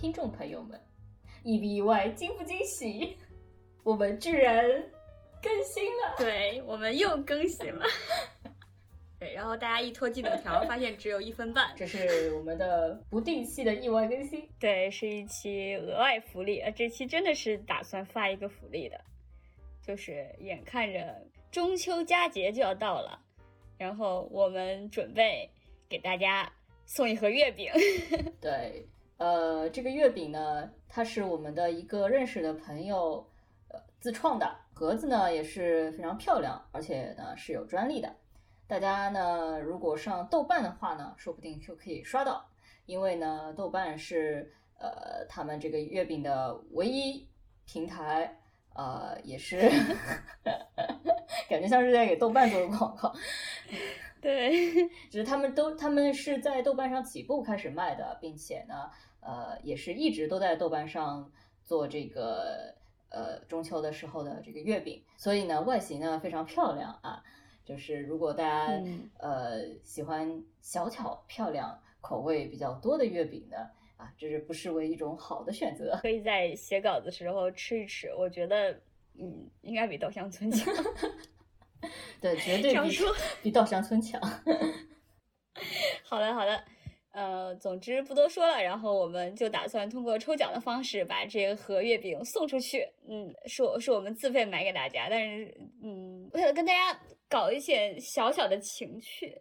听众朋友们，意不意外，惊不惊喜？我们居然更新了！ 对，我们又更新了。对，然后大家一拖进度条，发现只有1分半。 这是我们的不定期的意外更新。 对，是一期额外福利。这期真的是打算发一个福利的，就是眼看着中秋佳节就要到了，然后我们准备给大家送一盒月饼。 对，这个月饼呢，它是我们的一个认识的朋友自创的，盒子呢也是非常漂亮，而且呢是有专利的。大家呢如果上豆瓣的话呢，说不定就可以刷到，因为呢豆瓣是他们这个月饼的唯一平台，也是感觉像是在给豆瓣做的广告。 对， 只是他们是在豆瓣上起步开始卖的，并且呢，也是一直都在豆瓣上做这个中秋的时候的这个月饼，所以呢，外形呢非常漂亮啊。就是如果大家喜欢小巧漂亮、口味比较多的月饼呢，啊，这是不失为一种好的选择。 可以在写稿子的时候吃一吃，我觉得应该比稻香村强。 对，绝对比稻香村强。 好的，总之不多说了，然后我们就打算通过抽奖的方式把这盒月饼送出去。是我们自费买给大家，但是为了跟大家搞一些小小的情趣。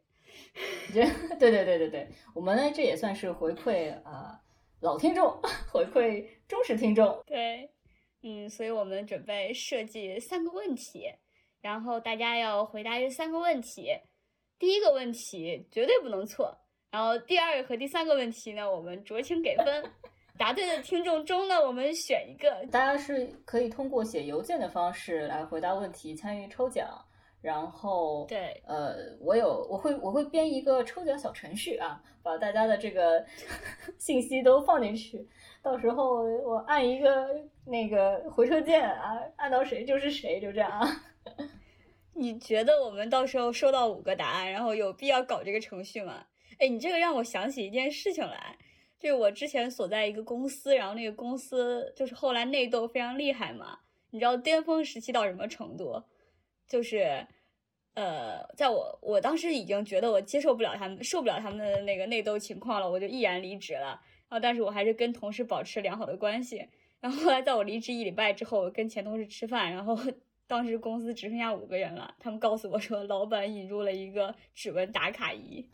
对，我们呢这也算是回馈老听众，回馈忠实听众。 对，所以我们准备设计3个问题，然后大家要回答这3个问题。第一个问题绝对不能错，然后第2个和第3个问题呢，我们酌情给分。答对的听众中呢，我们选一个。 大家是可以通过写邮件的方式来回答问题，参与抽奖。然后对， 我会编一个抽奖小程序啊，把大家的这个信息都放进去，到时候我按一个那个回车键啊，按到谁就是谁，就这样啊。 你觉得我们到时候收到5个答案，然后有必要搞这个程序吗？你这个让我想起一件事情来，就是我之前所在一个公司，然后那个公司就是后来内斗非常厉害嘛，你知道巅峰时期到什么程度？就是在我当时已经觉得我受不了他们的那个内斗情况了，我就毅然离职了。然后但是我还是跟同事保持良好的关系。然后后来在我离职1礼拜之后，我跟前同事吃饭，然后当时公司只剩下5个人了，他们告诉我说老板引入了一个指纹打卡仪。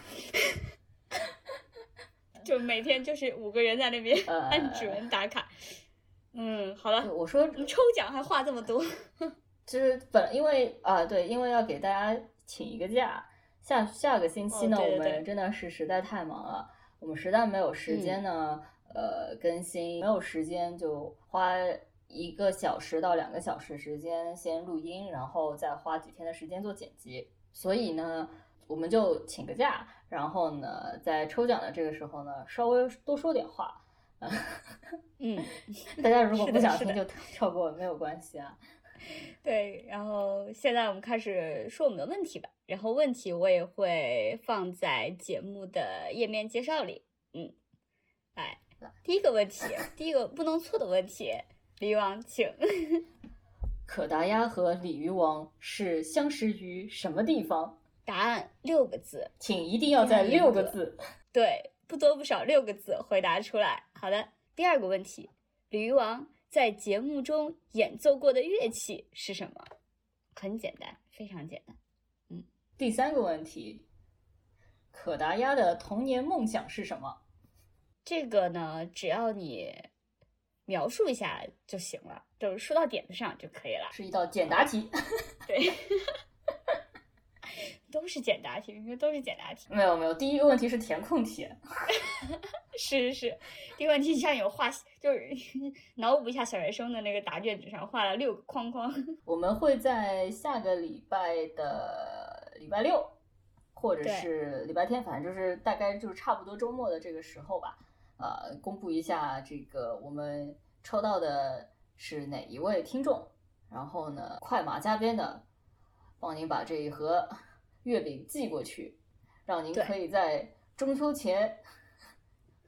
就每天就是5个人在那边按指纹打卡。好了， 我说抽奖还话这么多。 就是因为要给大家请一个假，下个星期呢， 对， 我们真的是实在太忙了，我们实在没有时间呢，更新，没有时间就花1个小时到2个小时时间先录音，然后再花几天的时间做剪辑，所以呢，我们就请个假，然后呢，在抽奖的这个时候呢，稍微多说点话。大家如果不想听就跳过，没有关系啊。 对，然后现在我们开始说我们的问题吧，然后问题我也会放在节目的页面介绍里。来，第一个问题，第一个不能错的问题，李王请。 可达鸭和鲤鱼王是相识于什么地方？ 答案6个字， 请一定要在6个字。 对，不多不少6个字回答出来。好的，第2个问题，鲤鱼王在节目中演奏过的乐器是什么？很简单，非常简单。 第3个问题，可达鸭的童年梦想是什么？ 这个呢，只要你描述一下就行了，就是说到点子上就可以了。 是一道简答题。 对。都是简答题，都是简答题。 没有，第一个问题是填空题。 是，第一个问题像有画，就是脑补一下小学生的那个答卷纸上画了6个框框。我们会在下个礼拜的礼拜6，或者是礼拜天，反正就是大概就是差不多周末的这个时候吧，公布一下这个我们抽到的是哪一位听众，然后呢，快马加鞭的帮您把这一盒月饼寄过去，让您可以在中秋前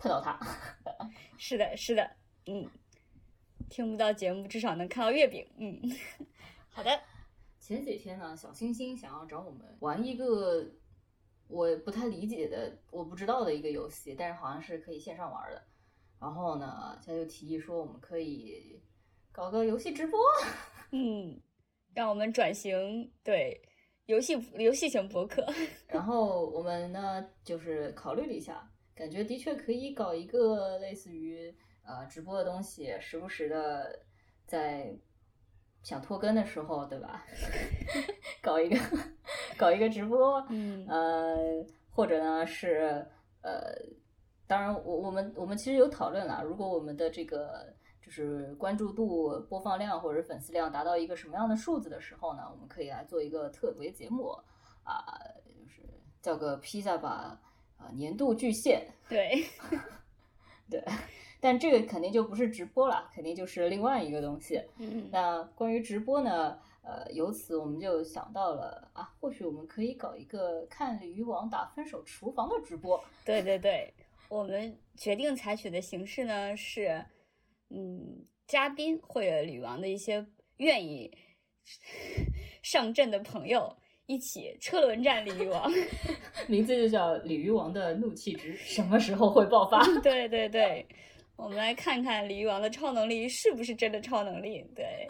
碰到他。 是的，是的，听不到节目，至少能看到月饼。好的。 前几天呢，小星星想要找我们玩一个我不太理解的、我不知道的一个游戏，但是好像是可以线上玩的。然后呢，他就提议说我们可以搞个游戏直播。 让我们转型对游戏型博客。 然后我们呢就是考虑了一下，感觉的确可以搞一个类似于直播的东西，时不时的在想拖更的时候，对吧？搞一个直播，或者呢是当然我们其实有讨论了，如果我们的这个就是关注度、播放量或者粉丝量达到一个什么样的数字的时候呢，我们可以来做一个特别节目就是叫个披萨吧年度巨献。 对对，但这个肯定就不是直播了，肯定就是另外一个东西。那关于直播呢，由此我们就想到了或许我们可以搞一个看鲤鱼王打分手厨房的直播。 对对对，我们决定采取的形式呢是，嘉宾或者鲤鱼王的一些愿意上阵的朋友一起车轮战鲤鱼王。 名字就叫鲤鱼王的怒气值什么时候会爆发？ 对对对，我们来看看鲤鱼王的超能力是不是真的超能力。对，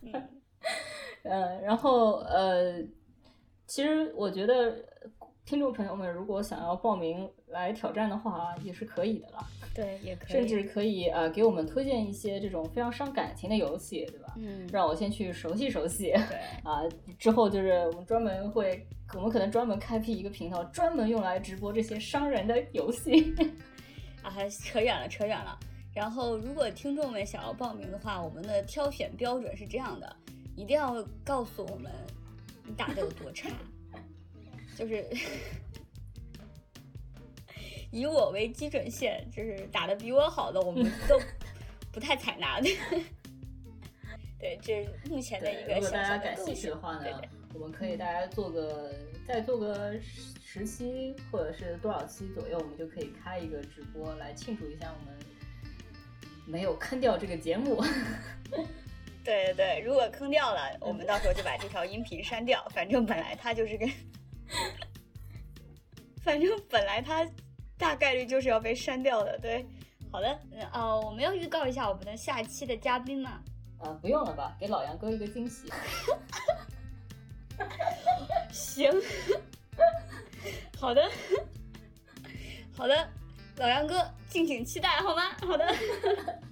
然后其实我觉得听众朋友们如果想要报名来挑战的话也是可以的啦。 对，也可以， 甚至可以给我们推荐一些这种非常伤感情的游戏，对吧？让我先去熟悉熟悉。 对之后就是我们可能专门开辟一个频道，专门用来直播这些伤人的游戏。 扯远了。然后如果听众们想要报名的话，我们的挑选标准是这样的，一定要告诉我们你打得有多差，就是以我为基准线，就是打得比我好的我们都不太采纳的。对，这是目前的一个小小的。如果大家感兴趣的话呢，对，我们可以大家再做个10期或者是多少期左右，我们就可以开一个直播来庆祝一下我们没有坑掉这个节目。 对对对，如果坑掉了，我们到时候就把这条音频删掉。反正本来它就是个，大概率就是要被删掉的。对，好的，我们要预告一下我们的下期的嘉宾吗？ 不用了吧，给老杨哥一个惊喜。 行，好的，老杨哥敬请期待好吗？好的。